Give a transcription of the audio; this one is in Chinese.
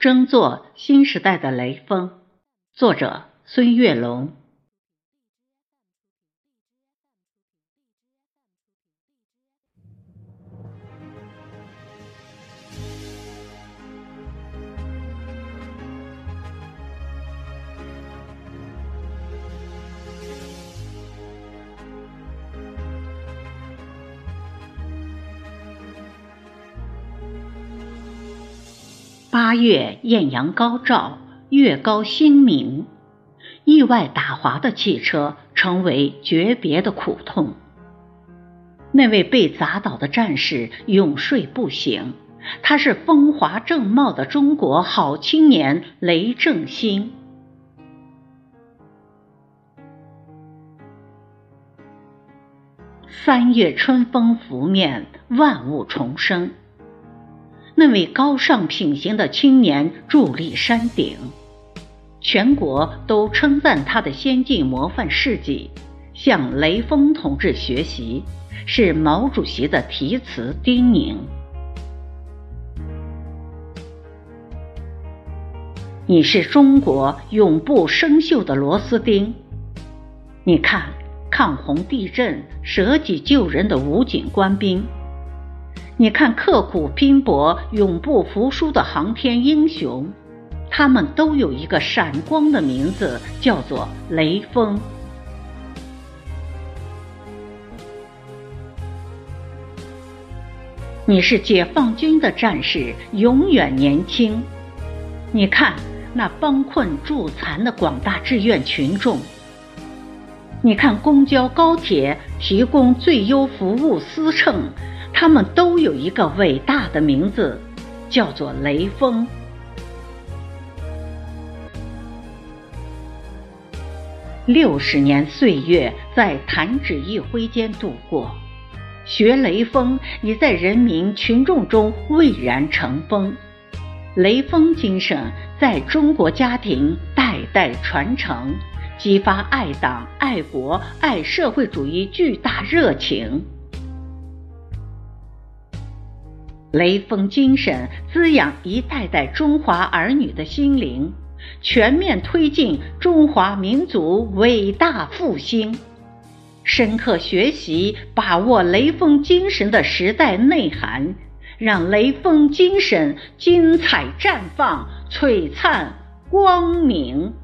争做新时代的雷锋，作者孙月龙。8月艳阳高照，月高星明，意外打滑的汽车成为诀别的苦痛。那位被砸倒的战士永睡不醒，他是风华正茂的中国好青年雷正兴。3月春风拂面，万物重生。那位高尚品行的青年伫立山顶，全国都称赞他的先进模范事迹，向雷锋同志学习，是毛主席的题词叮咛。你是中国永不生锈的螺丝钉。你看，抗洪地震、舍己救人的武警官兵，你看刻苦拼搏、永不服输的航天英雄，他们都有一个闪光的名字，叫做雷锋。你是解放军的战士，永远年轻。你看那帮困助残的广大志愿群众，你看公交高铁提供最优服务司乘，他们都有一个伟大的名字，叫做雷锋。60年岁月在弹指一挥间度过，学雷锋已在人民群众中蔚然成风。雷锋精神在中国家庭代代传承，激发爱党、爱国、爱社会主义巨大热情。雷锋精神滋养一代代中华儿女的心灵，全面推进中华民族伟大复兴。深刻学习把握雷锋精神的时代内涵，让雷锋精神精彩绽放，璀璨光明。